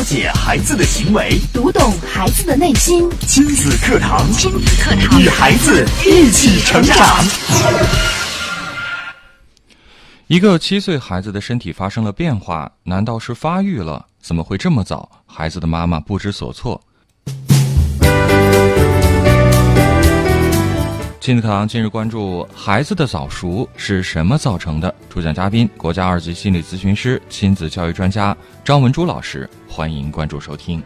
解孩子的行为， 读懂孩子的内心。 亲子课堂，与孩子一起成长。 一个7岁孩子的身体发生了变化，难道是发育了？怎么会这么早？孩子的妈妈不知所措。亲子课堂今日关注孩子的早熟是什么造成的？主讲嘉宾国家2级心理咨询师、亲子教育专家张文珠老师，欢迎关注收听。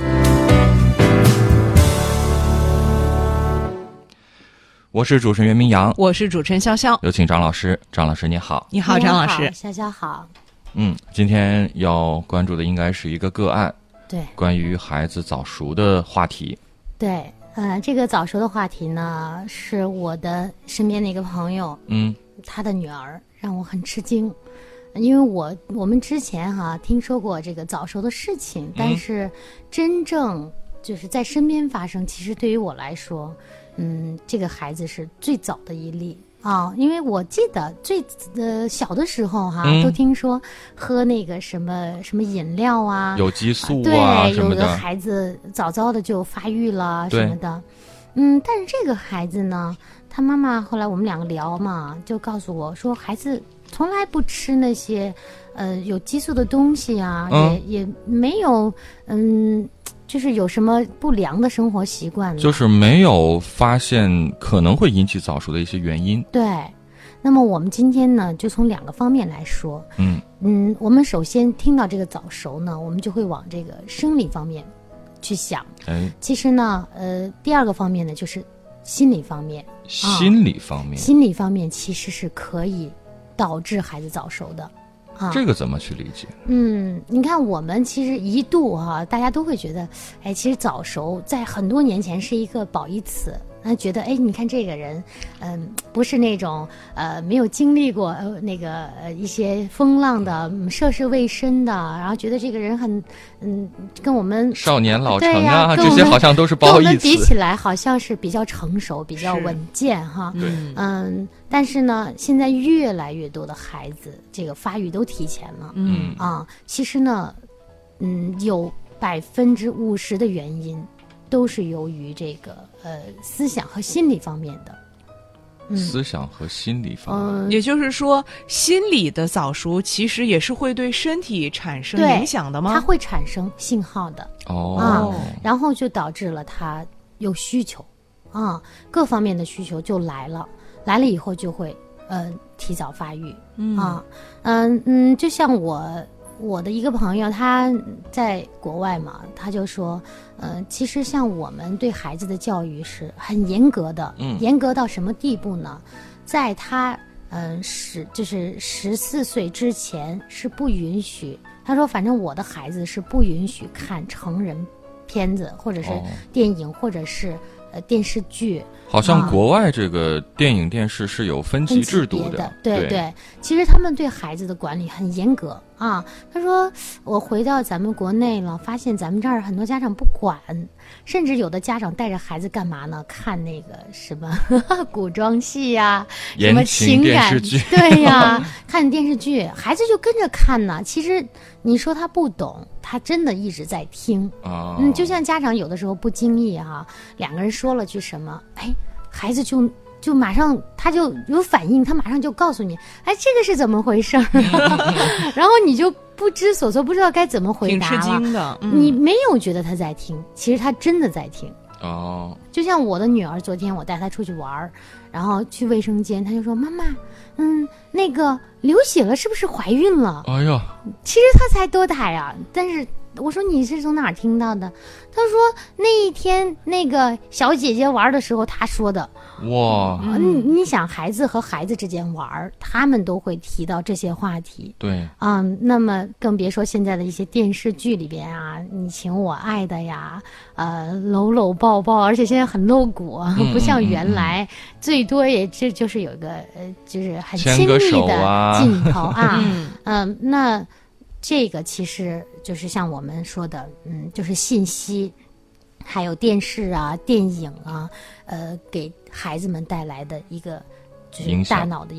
我是主持人袁明阳， 我是主持人潇潇， 有请张老师。张老师你好。 你好，张老师。 潇潇好。 今天要关注的应该是一个个案， 对， 关于孩子早熟的话题。 对，这个早熟的话题呢，是我的身边的一个朋友，他的女儿让我很吃惊，因为我们之前听说过这个早熟的事情，但是真正就是在身边发生，其实对于我来说，这个孩子是最早的一例。因为我记得最小的时候都听说喝那个什么饮料啊， 有激素对， 什么的， 有的孩子早早的就发育了什么的。但是这个孩子呢，他妈妈后来我们两个聊嘛，就告诉我说，孩子从来不吃那些有激素的东西啊，也没有就是有什么不良的生活习惯， 就是没有发现可能会引起早熟的一些原因。 对，那么我们今天呢，就从2个方面来说。我们首先听到这个早熟呢，我们就会往这个生理方面去想。其实呢，第2个方面呢，就是心理方面。 心理方面， 心理方面其实是可以导致孩子早熟的。 这个怎么去理解？ 你看我们其实一度大家都会觉得，其实早熟在很多年前是一个褒义词，觉得你看这个人，不是那种没有经历过一些风浪的涉世未深的，然后觉得这个人很跟我们少年老成这些好像都是褒义词，跟我们比起来好像是比较成熟、比较稳健但是呢，现在越来越多的孩子这个发育都提前了。其实呢，有50%的原因都是由于这个思想和心理方面的。 思想和心理方面， 也就是说，心理的早熟其实也是会对身体产生影响的吗？ 它会产生信号的。然后就导致了他有需求各方面的需求就来了以后就会提早发育。就像我的一个朋友，他在国外嘛，他就说，其实像我们对孩子的教育是很严格的，严格到什么地步呢？在他就是14岁之前是不允许，他说反正我的孩子是不允许看成人片子或者是电影或者是电视剧。 好像国外这个电影电视是有分级制度的。 对，其实他们对孩子的管理很严格他说我回到咱们国内了，发现咱们这儿很多家长不管，甚至有的家长带着孩子干嘛呢？看那个什么古装戏呀，什么情感电视剧， 对呀，看电视剧，孩子就跟着看呢。其实你说他不懂，他真的一直在听。就像家长有的时候不经意2个人说了句什么，孩子就马上他就有反应，他马上就告诉你，这个是怎么回事然后你就不知所措，不知道该怎么回答了。 挺吃惊的。 你没有觉得他在听，其实他真的在听。就像我的女儿，昨天我带她出去玩，然后去卫生间，她就说妈妈，那个流血了，是不是怀孕了？其实她才多大呀，但是我说你是从哪儿听到的？他说那一天那个小姐姐玩的时候她说的。 哇， 你想孩子和孩子之间玩，他们都会提到这些话题。 对那么更别说现在的一些电视剧里边你情我爱的呀，搂搂抱抱，而且现在很露骨不像原来最多也就是有一个就是很亲密的镜头那这个其实就是像我们说的就是信息还有电视电影给孩子们带来的一个就是大脑的一个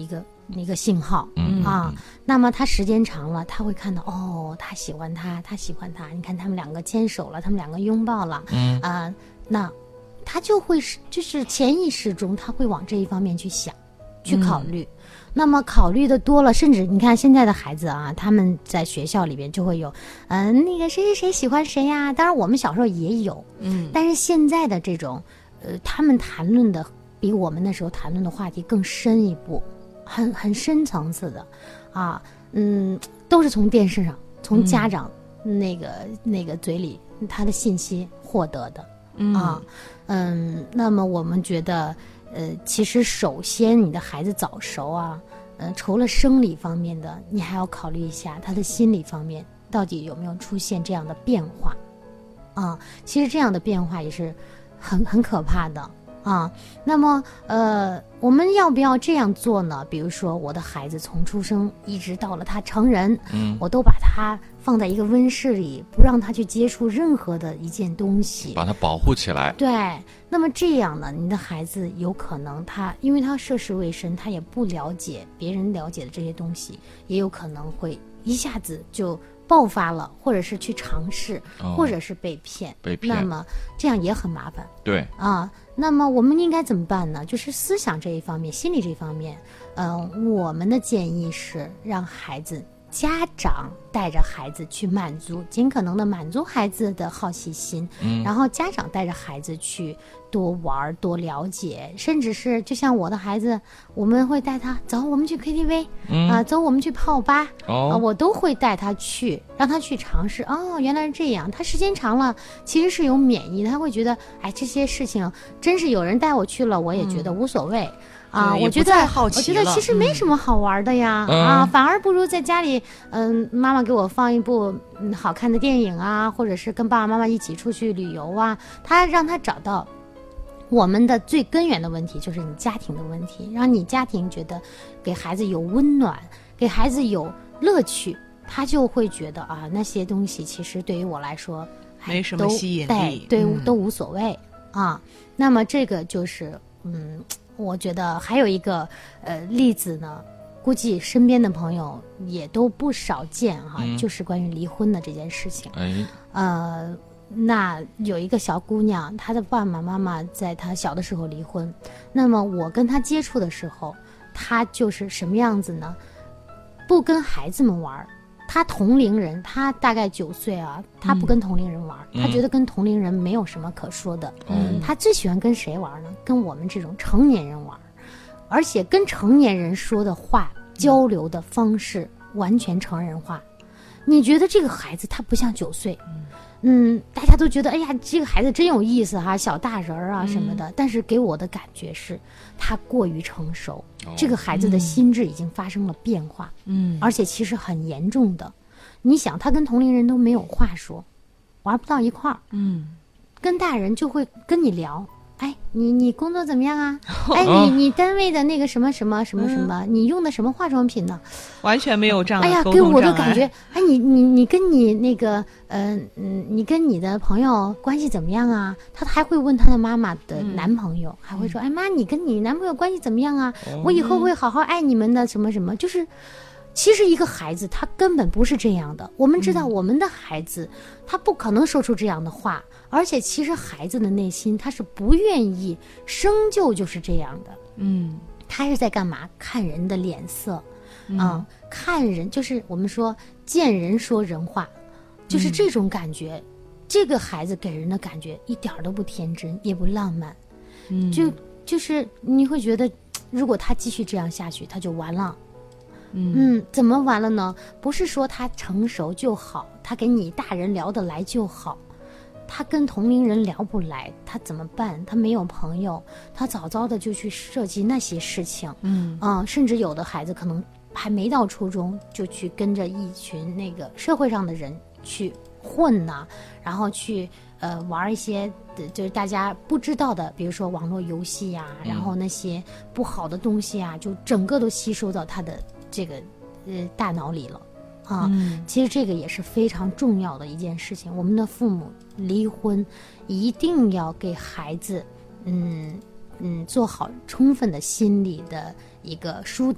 一个信号啊。那么他时间长了，他会看到他喜欢他，他喜欢他。你看他们两个牵手了，他们两个拥抱了，那他就会就是潜意识中他会往这一方面去想，去考虑。那么考虑的多了，甚至你看现在的孩子啊，他们在学校里边就会有，那个谁谁谁喜欢谁呀？当然我们小时候也有，但是现在的这种，他们谈论的比我们那时候谈论的话题更深一步，很深层次的，啊，都是从电视上，从家长那个嘴里他的信息获得的，那么我们觉得。其实首先你的孩子早熟啊，除了生理方面的，你还要考虑一下他的心理方面到底有没有出现这样的变化，其实这样的变化也是很可怕的啊。那么我们要不要这样做呢？比如说我的孩子从出生一直到了他成人，我都把他放在一个温室里，不让他去接触任何的一件东西， 把他保护起来。 对，那么这样呢，你的孩子有可能因为他涉世未深，他也不了解别人了解的这些东西，也有可能会一下子就爆发了，或者是去尝试，或者是被骗。那么这样也很麻烦。 对啊，那么我们应该怎么办呢？就是思想这一方面，心理这一方面，我们的建议是让家长带着孩子去尽可能的满足孩子的好奇心，然后家长带着孩子去多玩多了解，甚至是就像我的孩子，我们会带他走，我们去 KTV，走我们去泡吧，我都会带他去，让他去尝试。原来是这样，他时间长了其实是有免疫的，他会觉得这些事情真是有人带我去了，我也觉得无所谓。我觉得其实没什么好玩的呀，反而不如在家里，妈妈给我放一部好看的电影啊，或者是跟爸爸妈妈一起出去旅游啊，让他找到我们的最根源的问题，就是你家庭的问题，让你家庭觉得给孩子有温暖，给孩子有乐趣，他就会觉得那些东西其实对于我来说没什么吸引力， 对，都无所谓啊。那么这个就是我觉得还有一个例子呢，估计身边的朋友也都不少见就是关于离婚的这件事情。那有一个小姑娘，她的爸爸妈妈在她小的时候离婚，那么我跟她接触的时候，她就是什么样子呢？不跟孩子们玩，她同龄人，她大概9岁啊，她不跟同龄人玩，她觉得跟同龄人没有什么可说的。她最喜欢跟谁玩呢？跟我们这种成年人玩，而且跟成年人说的话、交流的方式完全成人化。你觉得这个孩子他不像9岁，大家都觉得这个孩子真有意思小大人啊什么的，但是给我的感觉是他过于成熟，这个孩子的心智已经发生了变化，而且其实很严重的。你想，他跟同龄人都没有话说，玩不到一块儿，跟大人就会跟你聊。你工作怎么样啊？你单位的那个什么什么什么什么，你用的什么化妆品呢？ 完全没有这样的沟通障碍。 给我的感觉，你跟你那个你跟你的朋友关系怎么样啊？他还会问他的妈妈的男朋友，还会说，妈，你跟你男朋友关系怎么样啊？我以后会好好爱你们的，什么什么，就是。其实一个孩子他根本不是这样的，我们知道我们的孩子他不可能说出这样的话，而且其实孩子的内心他是不愿意生就是这样的，他是在干嘛？看人的脸色，看人，就是我们说见人说人话，就是这种感觉，这个孩子给人的感觉一点都不天真也不浪漫，就是你会觉得如果他继续这样下去他就完了。怎么完了呢？不是说他成熟就好，他跟你大人聊得来就好，他跟同龄人聊不来，他怎么办？他没有朋友，他早早的就去设计那些事情，甚至有的孩子可能还没到初中就去跟着一群那个社会上的人去混呐，然后去玩一些就是大家不知道的，比如说网络游戏呀，然后那些不好的东西啊，就整个都吸收到他的这个大脑里了其实这个也是非常重要的一件事情。我们的父母离婚一定要给孩子做好充分的心理的一个疏导，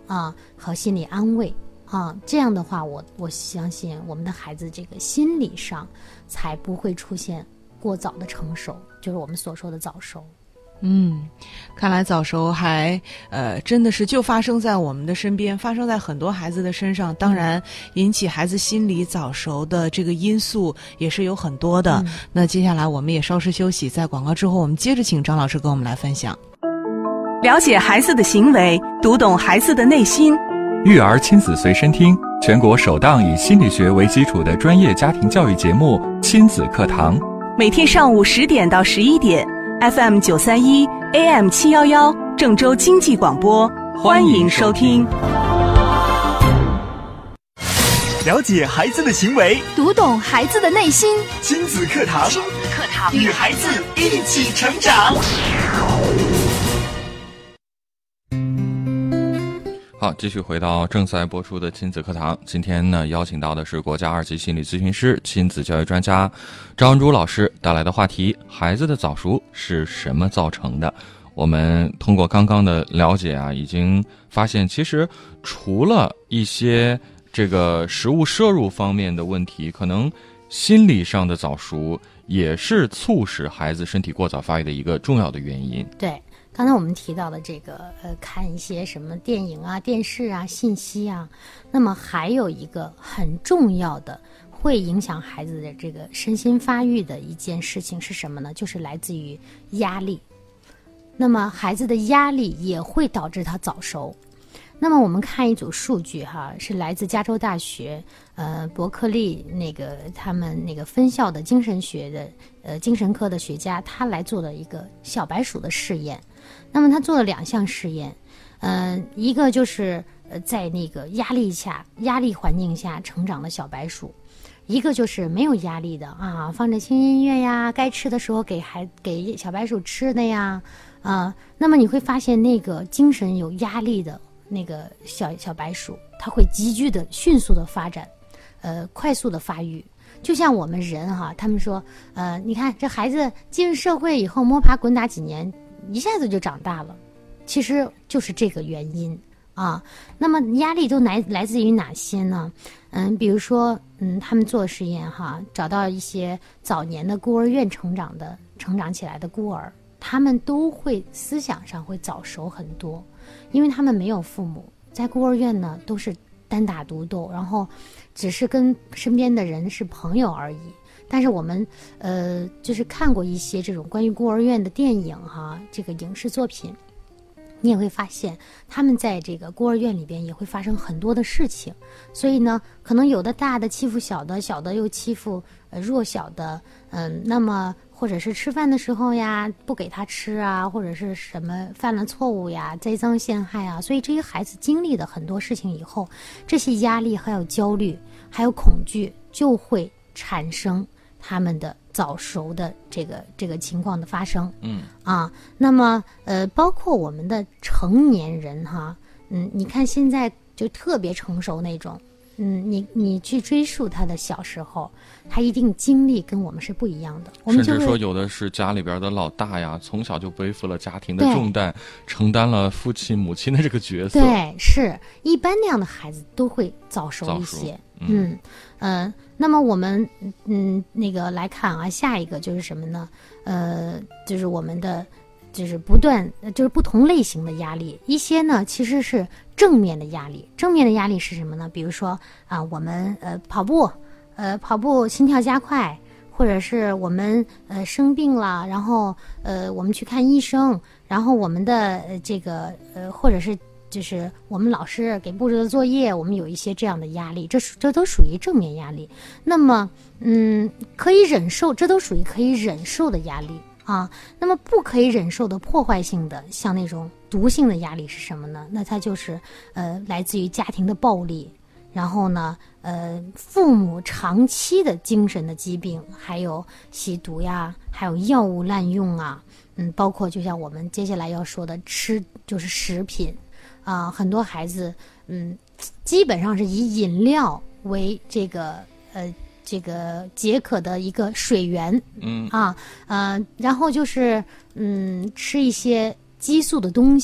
和心理安慰这样的话我相信我们的孩子这个心理上才不会出现过早的成熟，就是我们所说的早熟。 看来早熟还真的是就发生在我们的身边，发生在很多孩子的身上。当然引起孩子心理早熟的这个因素也是有很多的。那接下来我们也稍事休息，在广告之后我们接着请张老师跟我们来分享。 了解孩子的行为，读懂孩子的内心。 育儿亲子随身听，全国首档以心理学为基础的专业家庭教育节目亲子课堂， 每天上午10点到11点，FM 931 AM 711，郑州经济广播，欢迎收听。了解孩子的行为， 读懂孩子的内心。 亲子课堂，与孩子一起成长。 好，继续回到正在播出的亲子课堂。今天呢，邀请到的是国家2级心理咨询师、亲子教育专家张文珠老师带来的话题：孩子的早熟是什么造成的？我们通过刚刚的了解已经发现，其实除了一些这个食物摄入方面的问题，可能心理上的早熟也是促使孩子身体过早发育的一个重要的原因。 对。刚才我们提到的这个看一些什么电影电视信息那么还有一个很重要的会影响孩子的这个身心发育的一件事情是什么呢？就是来自于压力。那么孩子的压力也会导致他早熟。那么我们看一组数据是来自加州大学伯克利他们分校的精神学的精神科的学家，他来做的一个小白鼠的试验。那么他做了2项试验，一个就是在压力环境下成长的小白鼠，一个就是没有压力的放着轻音乐呀，该吃的时候给小白鼠吃的呀那么你会发现那个精神有压力的那个小白鼠，它会急剧的迅速的发展，快速的发育。就像我们人他们说你看这孩子进入社会以后摸爬滚打几年，一下子就长大了，其实就是这个原因那么压力都来自于哪些呢？比如说他们做实验找到一些早年的孤儿院成长起来的孤儿，他们都会思想上会早熟很多，因为他们没有父母，在孤儿院呢都是单打独斗，然后只是跟身边的人是朋友而已。但是我们就是看过一些这种关于孤儿院的电影这个影视作品，你也会发现他们在这个孤儿院里边也会发生很多的事情。所以呢，可能有的大的欺负小的，小的又欺负弱小的，那么或者是吃饭的时候呀不给他吃或者是什么犯了错误呀，栽赃陷害所以这些孩子经历的很多事情以后，这些压力还有焦虑还有恐惧就会产生他们的早熟的这个情况的发生。那么包括我们的成年人你看现在就特别成熟那种，你去追溯他的小时候，他一定经历跟我们是不一样的。我们甚至说有的是家里边的老大呀，从小就背负了家庭的重担，承担了父亲母亲的这个角色。 对，是一般那样的孩子都会早熟一些。那么我们来看下一个就是什么呢？就是我们的就是不同类型的压力，一些呢其实是正面的压力。正面的压力是什么呢？比如说我们跑步心跳加快，或者是我们生病了，然后我们去看医生，然后我们的这个或者是就是我们老师给布置的作业，我们有一些这样的压力，这都属于正面压力。那么可以忍受，这都属于可以忍受的压力那么不可以忍受的破坏性的，像那种毒性的压力是什么呢？那它就是来自于家庭的暴力，然后呢父母长期的精神的疾病，还有吸毒呀，还有药物滥用包括就像我们接下来要说的就是食品很多孩子基本上是以饮料为这个解渴的一个水源然后就是吃一些激素的东西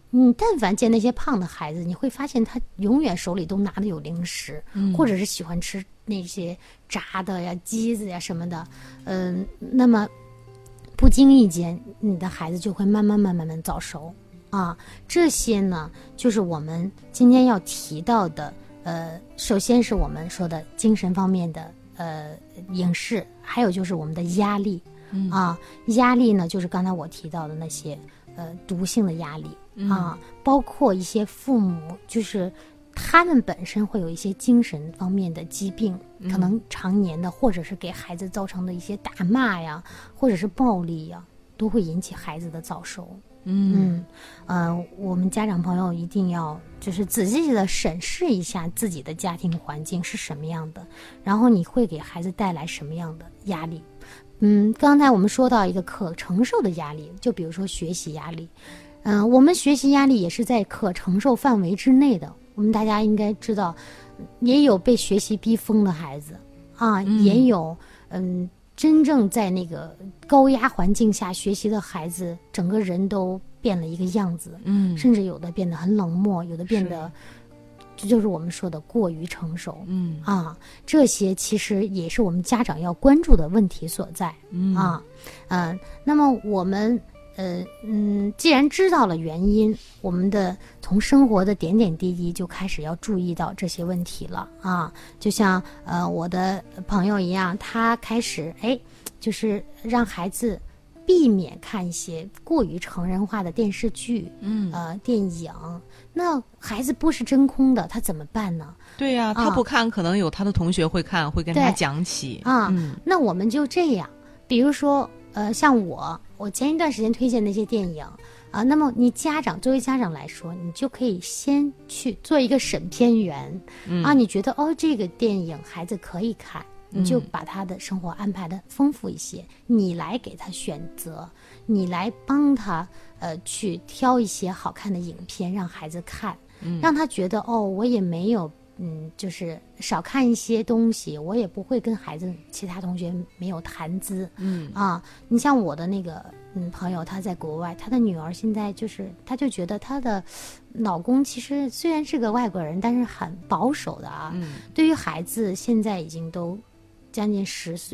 但凡见那些胖的孩子，你会发现他永远手里都拿的有零食，或者是喜欢吃那些炸的呀、鸡子呀什么的，那么不经意间，你的孩子就会慢慢早熟啊。这些呢，就是我们今天要提到的，首先是我们说的精神方面的影视，还有就是我们的压力啊。压力呢，就是刚才我提到的那些毒性的压力啊，包括一些父母，就是他们本身会有一些精神方面的疾病，可能常年的，或者是给孩子造成的一些打骂呀，或者是暴力呀，都会引起孩子的早熟。我们家长朋友一定要就是仔细的审视一下自己的家庭环境是什么样的，然后你会给孩子带来什么样的压力。刚才我们说到一个可承受的压力，就比如说学习压力。我们学习压力也是在可承受范围之内的。我们大家应该知道，也有被学习逼疯的孩子啊，也有真正在那个高压环境下学习的孩子，整个人都变了一个样子，甚至有的变得很冷漠，有的变得，这就是我们说的过于成熟，这些其实也是我们家长要关注的问题所在，那么我们既然知道了原因，我们的从生活的点点滴滴就开始要注意到这些问题了啊。就像我的朋友一样，他开始就是让孩子避免看一些过于成人化的电视剧，电影。那孩子不是真空的，他怎么办呢？ 对呀，他不看，可能有他的同学会看，会跟他讲起啊。那我们就这样，比如说像我前一段时间推荐那些电影啊，那么你作为家长来说，你就可以先去做一个审片员啊。你觉得这个电影孩子可以看，你就把他的生活安排的丰富一些，你来给他选择，你来帮他去挑一些好看的影片让孩子看，让他觉得我也没有就是少看一些东西，我也不会跟孩子其他同学没有谈资。你像我的那个朋友，他在国外，他的女儿现在他就觉得他的老公其实虽然是个外国人，但是很保守的啊。对于孩子现在已经都将近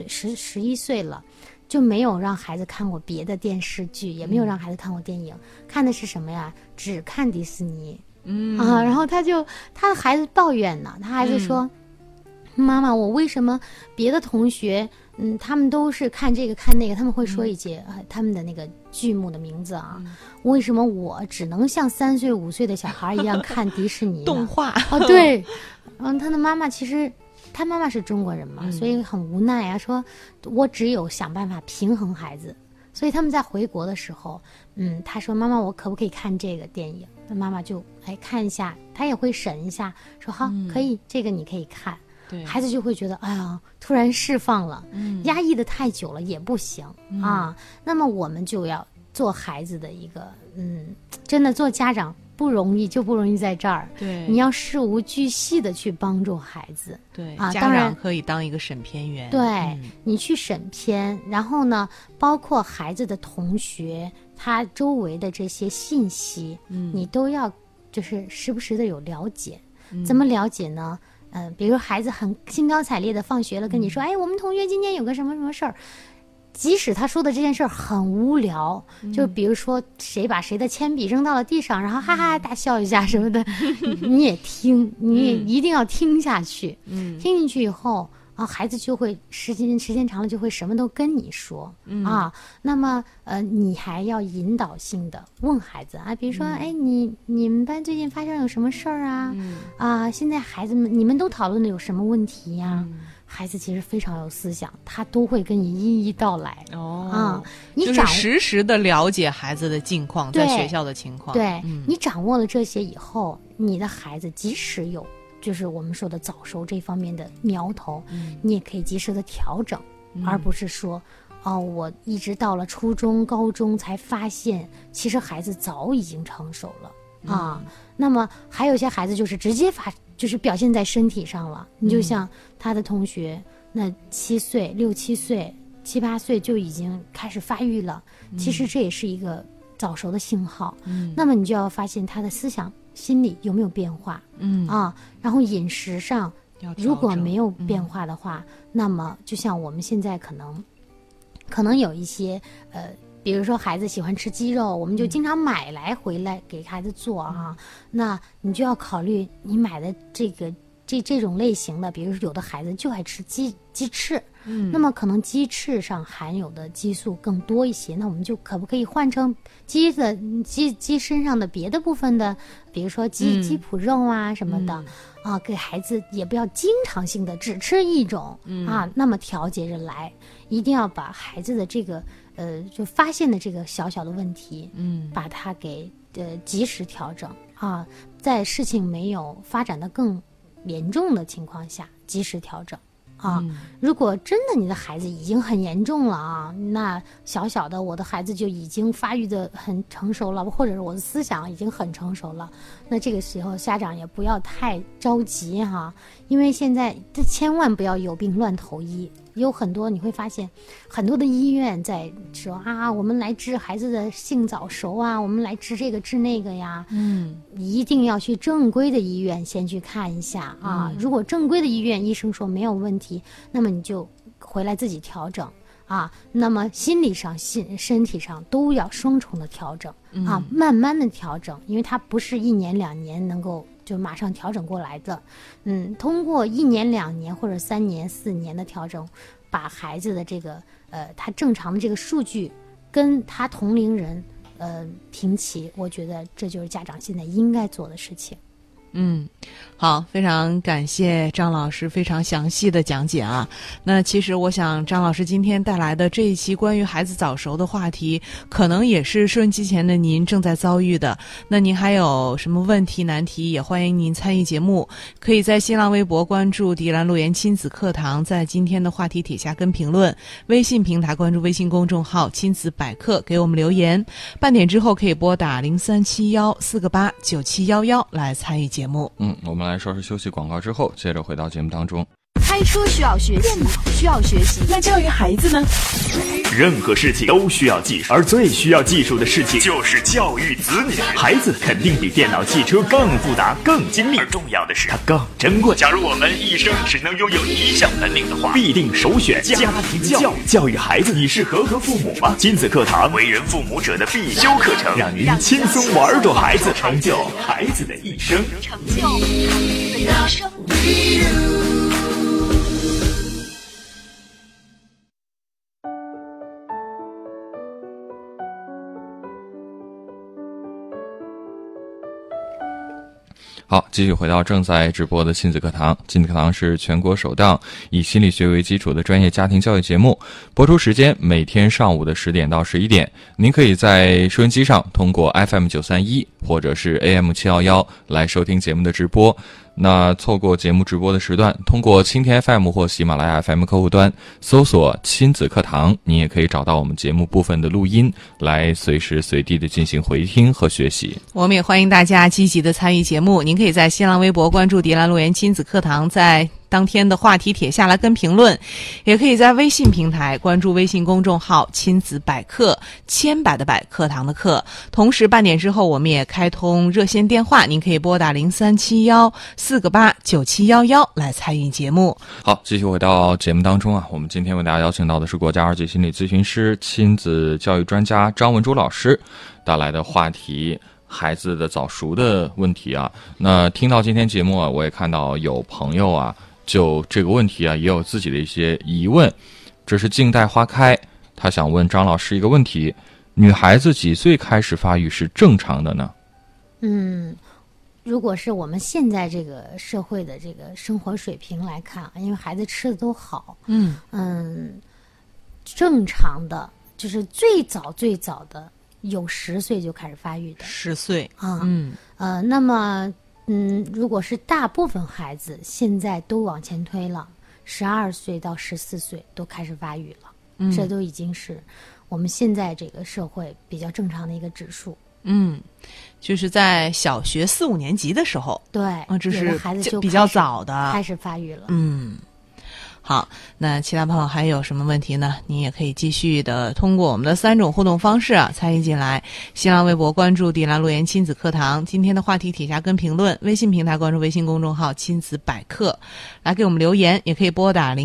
11岁了，就没有让孩子看过别的电视剧，也没有让孩子看过电影，看的是什么呀？只看迪士尼。然后他的孩子抱怨呢，他孩子说，妈妈，我为什么别的同学他们都是看这个看那个，他们会说一些他们的那个剧目的名字啊，为什么我只能像3岁5岁的小孩一样看迪士尼动画？ 对，他的妈妈其实他妈妈是中国人嘛，所以很无奈啊，说我只有想办法平衡孩子。所以他们在回国的时候，他说妈妈，我可不可以看这个电影？那妈妈就看一下，他也会审一下，说好，可以，这个你可以看。对，孩子就会觉得突然释放了，压抑的太久了也不行啊。那么我们就要做孩子的一个真的做家长不容易，就不容易在这儿。 对， 你要事无巨细的去帮助孩子。 对啊， 家长可以当一个审片员。 对，你去审片，然后呢，包括孩子的同学，他周围的这些信息，你都要就是时不时的有了解。怎么了解呢？比如孩子很兴高采烈的放学了，跟你说，我们同学今天有个什么什么事儿。即使他说的这件事儿很无聊，就比如说谁把谁的铅笔扔到了地上，然后哈哈大笑一下什么的，你也听，你也一定要听下去。听进去以后孩子就会时间长了就会什么都跟你说那么你还要引导性的问孩子比如说你们班最近发生有什么事儿现在孩子们你们都讨论的有什么问题呀？孩子其实非常有思想，他都会跟你一一道来你就是实时的了解孩子的近况，在学校的情况。 对，你掌握了这些以后，你的孩子即使有就是我们说的早熟这方面的苗头，你也可以及时的调整，而不是说我一直到了初中高中才发现其实孩子早已经成熟了那么还有些孩子就是直接就是表现在身体上了，你就像他的同学那7岁6、7岁7、8岁就已经开始发育了，其实这也是一个早熟的信号。那么你就要发现他的思想心理有没有变化。然后饮食上如果没有变化的话，那么就像我们现在可能有一些比如说孩子喜欢吃鸡肉，我们就经常买来回来给孩子做啊。那你就要考虑你买的这种类型的，比如说有的孩子就爱吃鸡翅，那么可能鸡翅上含有的激素更多一些，那我们就可不可以换成鸡身上的别的部分的，比如说鸡脯肉啊什么的啊，给孩子也不要经常性的只吃一种啊，那么调节着来，一定要把孩子的这个就发现的这个小小的问题，把它给及时调整啊，在事情没有发展的更严重的情况下及时调整啊。如果真的你的孩子已经很严重了啊，那小小的我的孩子就已经发育的很成熟了，或者是我的思想已经很成熟了，那这个时候家长也不要太着急哈，因为现在千万不要有病乱投医。有很多你会发现很多的医院在说啊，我们来治孩子的性早熟啊，我们来治这个治那个呀，一定要去正规的医院先去看一下啊。如果正规的医院医生说没有问题，那么你就回来自己调整啊。那么心理上身体上都要双重的调整啊，慢慢的调整，因为它不是1年2年能够就马上调整过来的。通过1年2年或者3年4年的调整，把孩子的这个他正常的这个数据跟他同龄人平齐，我觉得这就是家长现在应该做的事情。 好，非常感谢张老师非常详细的讲解啊。那其实我想张老师今天带来的这一期关于孩子早熟的话题，可能也是收音机前的您正在遭遇的。那您还有什么问题难题，也欢迎您参与节目，可以在新浪微博关注迪兰路言亲子课堂，在今天的话题帖下跟评论，微信平台关注微信公众号亲子百科给我们留言，半点之后可以拨打0371489711来参与节目。 我们来稍事休息广告之后，接着回到节目当中。 开车需要学习，电脑需要学习， 那教育孩子呢？任何事情都需要技术，而最需要技术的事情就是教育子女。孩子肯定比电脑、汽车更复杂、更精密，而重要的是它更珍贵。假如我们一生只能拥有一项本领的话，必定首选家庭教育。教育孩子，你是合格父母吗？亲子课堂，为人父母者的必修课程，让您轻松玩转孩子，成就孩子的一生， 成就孩子的一生。 好，继续回到正在直播的亲子课堂。亲子课堂是全国首档以心理学为基础的专业家庭教育节目，播出时间每天上午的10点到11点。您可以在收音机上通过 FM931 或者是 AM711 来收听节目的直播。那错过节目直播的时段，通过蜻蜓 FM 或喜马拉雅 FM 客户端搜索亲子课堂，你也可以找到我们节目部分的录音，来随时随地的进行回听和学习。 我们也欢迎大家积极的参与节目，您可以在新浪微博关注迪兰路言亲子课堂，在当天的话题帖下来跟评论，也可以在微信平台关注微信公众号亲子百科，千百的百，课堂的课。同时半点之后我们也开通热线电话，您可以拨打0371489711来参与节目。 好，继续回到节目当中啊，我们今天为大家邀请到的是国家2级心理咨询师、亲子教育专家张文珠老师带来的话题，孩子的早熟的问题啊。那听到今天节目啊，我也看到有朋友啊就这个问题啊也有自己的一些疑问。这是静待花开，他想问张老师一个问题，女孩子几岁开始发育是正常的呢？ 如果是我们现在这个社会的这个生活水平来看，因为孩子吃的都好，正常的就是最早的有10岁就开始发育的 ，10岁啊，那么如果是大部分孩子现在都往前推了，12岁到14岁都开始发育了，这都已经是我们现在这个社会比较正常的一个指数。 就是在小学4、5年级的时候， 对， 这是孩子就比较早的开始发育了。 好，那其他朋友还有什么问题呢？您也可以继续的通过我们的3种互动方式参与进来。新浪微博关注迪兰路言亲子课堂，今天的话题底下跟评论，微信平台关注微信公众号亲子百科，来给我们留言，也可以拨打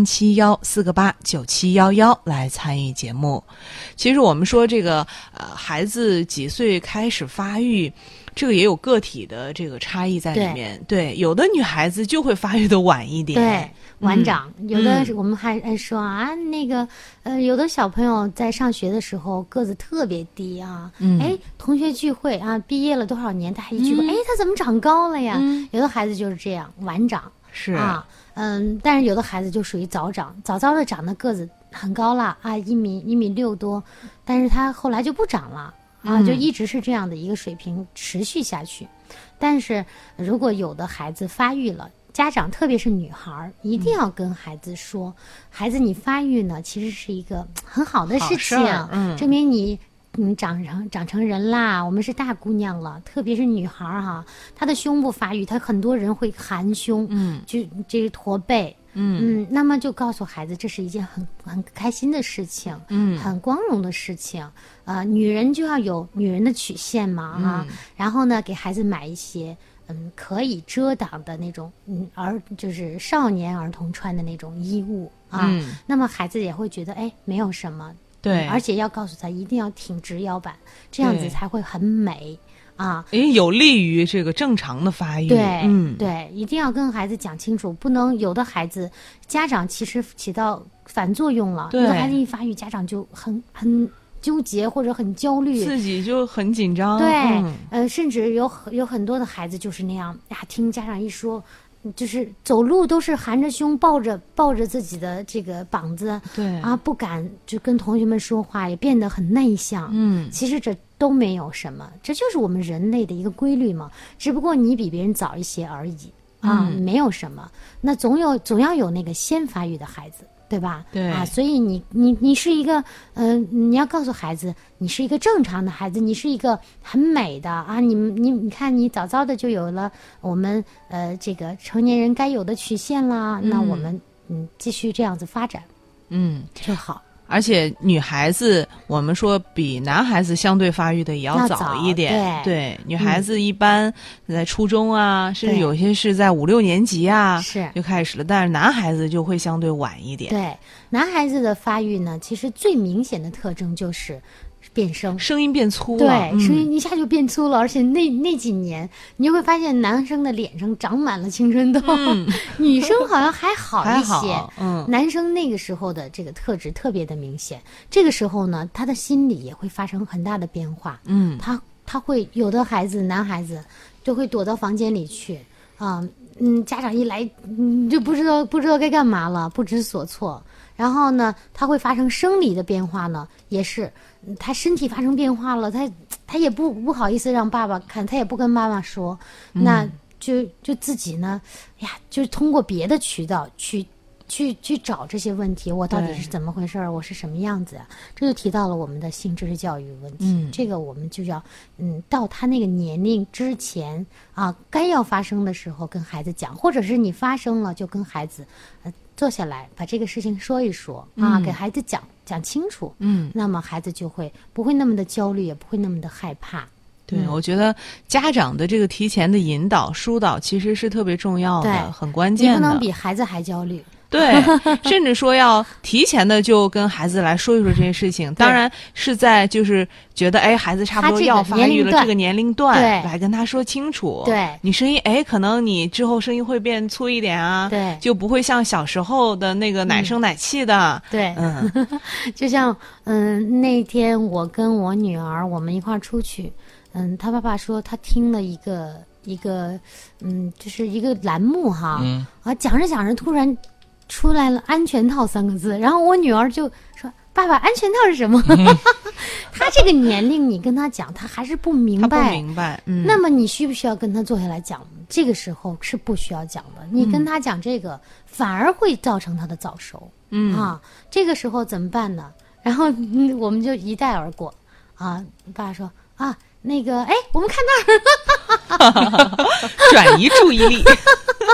0371489711来参与节目。其实我们说这个孩子几岁开始发育，这个也有个体的这个差异在里面。对，有的女孩子就会发育的晚一点， 对，晚长。有的我们还说那个有的小朋友在上学的时候个子特别低啊，同学聚会毕业了多少年，他还一聚会，他怎么长高了呀？有的孩子就是这样晚长， 是但是有的孩子就属于早长，早早的长的个子很高了1米6多，但是他后来就不长了。就一直是这样的一个水平持续下去。但是如果有的孩子发育了，家长特别是女孩一定要跟孩子说，孩子你发育呢其实是一个很好的事情，证明你长成人啦，我们是大姑娘了。特别是女孩她的胸部发育，她很多人会含胸，就这个驼背，那么就告诉孩子这是一件很开心的事情，很光荣的事情。女人就要有女人的曲线嘛，然后呢给孩子买一些可以遮挡的那种就是少年儿童穿的那种衣物那么孩子也会觉得没有什么。 对， 而且要告诉他一定要挺直腰板，这样子才会很美有利于这个正常的发育。 对，对，一定要跟孩子讲清楚，不能有的孩子家长其实起到反作用了，有的孩子一发育，家长就很纠结或者很焦虑， 自己就很紧张。 对，甚至有很多的孩子就是那样听家长一说，就是走路都是含着胸抱着自己的这个膀子， 对不敢就跟同学们说话，也变得很内向。其实这都没有什么，这就是我们人类的一个规律嘛，只不过你比别人早一些而已没有什么。那总要有那个先发育的孩子，对吧？ 对所以你是一个你要告诉孩子，你是一个正常的孩子，你是一个很美的你看你早早的就有了我们这个成年人该有的曲线啦，那我们继续这样子发展就好。 而且女孩子我们说比男孩子相对发育的也要早一点，对，女孩子一般在初中甚至有些是在5、6年级是就开始了，但是男孩子就会相对晚一点。 对，男孩子的发育呢，其实最明显的特征就是变声， 声音变粗了， 对，声音一下就变粗了，而且那几年你就会发现男生的脸上长满了青春痘，女生好像还好一些，男生那个时候的这个特质特别的明显。这个时候呢，他的心理也会发生很大的变化，他会有的孩子男孩子就会躲到房间里去家长一来就不知道该干嘛了，不知所措。然后呢，他会发生生理的变化呢，也是他身体发生变化了，他也不好意思让爸爸看，他也不跟妈妈说，那就自己呢，就通过别的渠道去找这些问题，我到底是怎么回事，我是什么样子这就提到了我们的性知识教育问题。这个我们就要到他那个年龄之前该要发生的时候跟孩子讲，或者是你发生了就跟孩子坐下来把这个事情说一说给孩子讲清楚，那么孩子就不会那么的焦虑，也不会那么的害怕。 对，我觉得家长的这个提前的引导疏导其实是特别重要的，很关键的。 你不能比孩子还焦虑。 对，甚至说要提前的就跟孩子来说一说这件事情，当然是在就是觉得孩子差不多要发育了这个年龄段来跟他说清楚。 对， 你声音可能你之后声音会变粗一点对， 就不会像小时候的那个奶声奶气的。 对，就像那天我跟我女儿我们一块儿出去，他爸爸说他听了一个就是一个栏目讲着讲着突然出来了安全套3个字，然后我女儿就说爸爸安全套是什么他这个年龄你跟他讲他还是不明白， 他不明白那么你需不需要跟他坐下来讲？这个时候是不需要讲的，你跟他讲这个反而会造成他的早熟这个时候怎么办呢？然后我们就一带而过爸爸说那个我们看那儿转移注意力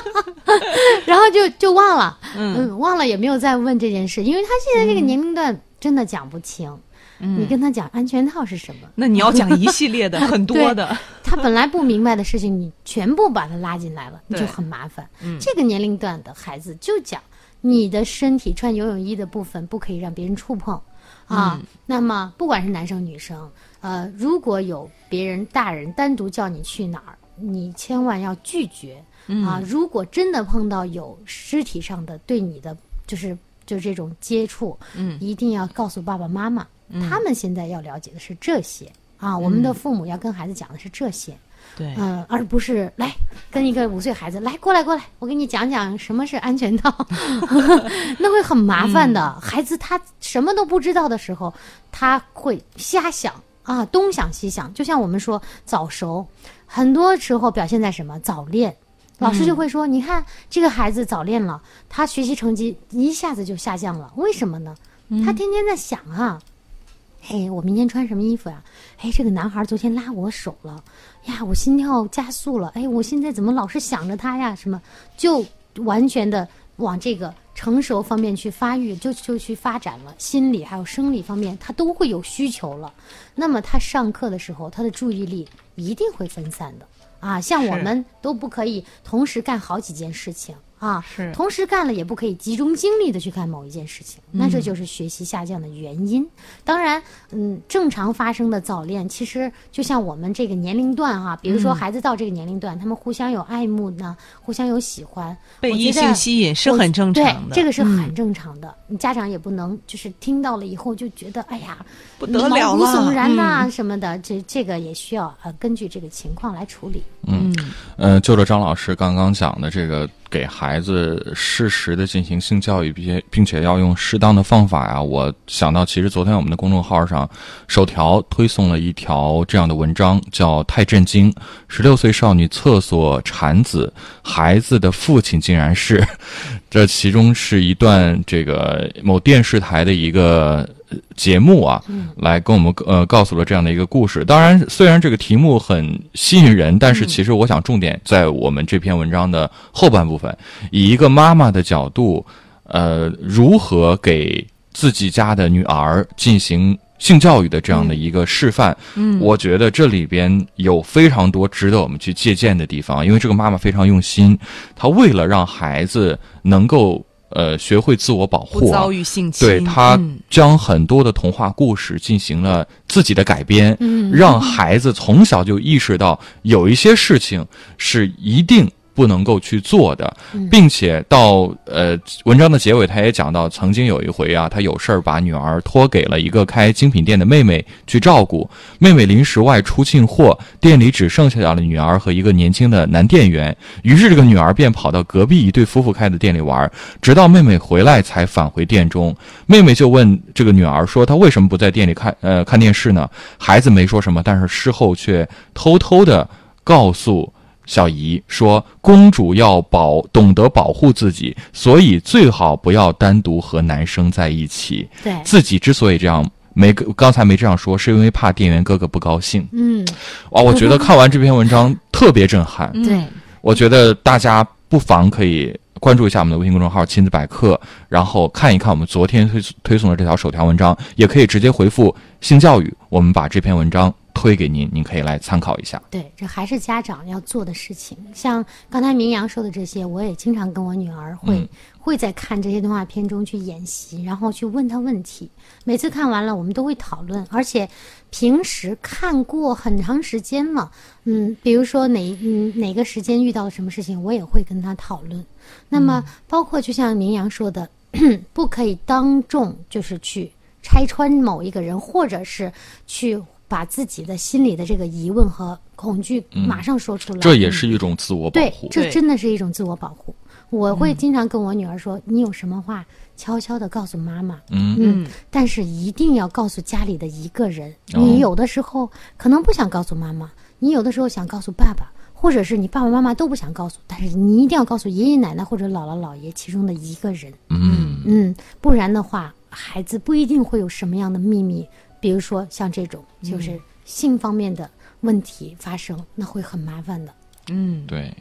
然后就忘了，忘了也没有再问这件事，因为他现在这个年龄段真的讲不清。你跟他讲安全套是什么， 那你要讲一系列的很多的， 他本来不明白的事情，你全部把他拉进来了，你就很麻烦。这个年龄段的孩子就讲，你的身体穿游泳衣的部分不可以让别人触碰啊。那么不管是男生女生，如果有别人大人单独叫你去哪儿，你千万要拒绝啊。如果真的碰到有肢体上的对你的就是这种接触，一定要告诉爸爸妈妈。他们现在要了解的是这些啊，我们的父母要跟孩子讲的是这些， 对， 而不是来跟一个5岁孩子来过来，我给你讲讲什么是安全套，那会很麻烦的。孩子他什么都不知道的时候，他会瞎想啊，东想西想。就像我们说早熟，很多时候表现在什么早恋。老师就会说，你看这个孩子早恋了，他学习成绩一下子就下降了，为什么呢？他天天在想啊，我明天穿什么衣服呀？这个男孩昨天拉我手了呀，我心跳加速了。我现在怎么老是想着他呀？什么就完全的往这个成熟方面去发育，就去发展了。心理还有生理方面，他都会有需求了。那么他上课的时候，他的注意力一定会分散的啊。像我们都不可以同时干好几件事情。是同时干了也不可以集中精力的去干某一件事情，那这就是学习下降的原因。当然正常发生的早恋其实就像我们这个年龄段比如说孩子到这个年龄段，他们互相有爱慕呢，互相有喜欢， 被异性吸引是很正常的， 对，这个是很正常的。你家长也不能就是听到了以后就觉得哎呀不得了了， 毛骨悚然呐什么的，这个也需要根据这个情况来处理。 就着张老师刚刚讲的这个给孩子适时的进行性教育，并且要用适当的方法呀，我想到其实昨天我们的公众号上首条推送了一条这样的文章，叫太震惊，16岁少女厕所产子，孩子的父亲竟然是，这其中是一段这个某电视台的一个节目来跟我们告诉了这样的一个故事。当然虽然这个题目很吸引人，但是其实我想重点在我们这篇文章的后半部分，以一个妈妈的角度如何给自己家的女儿进行性教育的这样的一个示范。我觉得这里边有非常多值得我们去借鉴的地方，因为这个妈妈非常用心，她为了让孩子能够学会自我保护， 不遭遇性侵， 对，他将很多的童话故事进行了自己的改编，让孩子从小就意识到有一些事情是一定不能够去做的，并且到文章的结尾他也讲到，曾经有一回他有事儿把女儿托给了一个开精品店的妹妹去照顾，妹妹临时外出进货，店里只剩下了女儿和一个年轻的男店员，于是这个女儿便跑到隔壁一对夫妇开的店里玩，直到妹妹回来才返回店中。妹妹就问这个女儿说，她为什么不在店里看电视呢？孩子没说什么，但是事后却偷偷的告诉小姨说，公主要懂得保护自己，所以最好不要单独和男生在一起。 对， 自己之所以这样刚才没这样说，是因为怕店员哥哥不高兴。我觉得看完这篇文章特别震撼。 对， 我觉得大家不妨可以关注一下我们的微信公众号亲子百科，然后看一看我们昨天推送的这条首条文章，也可以直接回复性教育，我们把这篇文章推给您，您可以来参考一下。 对，这还是家长要做的事情。像刚才明阳说的这些，我也经常跟我女儿会在看这些动画片中去演习，然后去问她问题。每次看完了，我们都会讨论，而且平时看过很长时间了，比如说哪个时间遇到了什么事情，我也会跟她讨论。那么包括就像明阳说的，不可以当众就是去拆穿某一个人，或者是去把自己的心里的这个疑问和恐惧马上说出来， 这也是一种自我保护。 对，这真的是一种自我保护。我会经常跟我女儿说，你有什么话悄悄的告诉妈妈，但是一定要告诉家里的一个人。你有的时候可能不想告诉妈妈，你有的时候想告诉爸爸，或者是你爸爸妈妈都不想告诉，但是你一定要告诉爷爷奶奶或者姥姥姥爷其中的一个人。不然的话，孩子不一定会有什么样的秘密，比如说像这种就是性方面的问题发生，那会很麻烦的。 对。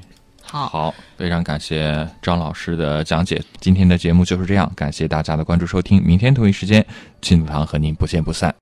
好，非常感谢张老师的讲解。今天的节目就是这样，感谢大家的关注收听，明天同一时间亲子堂和您不见不散。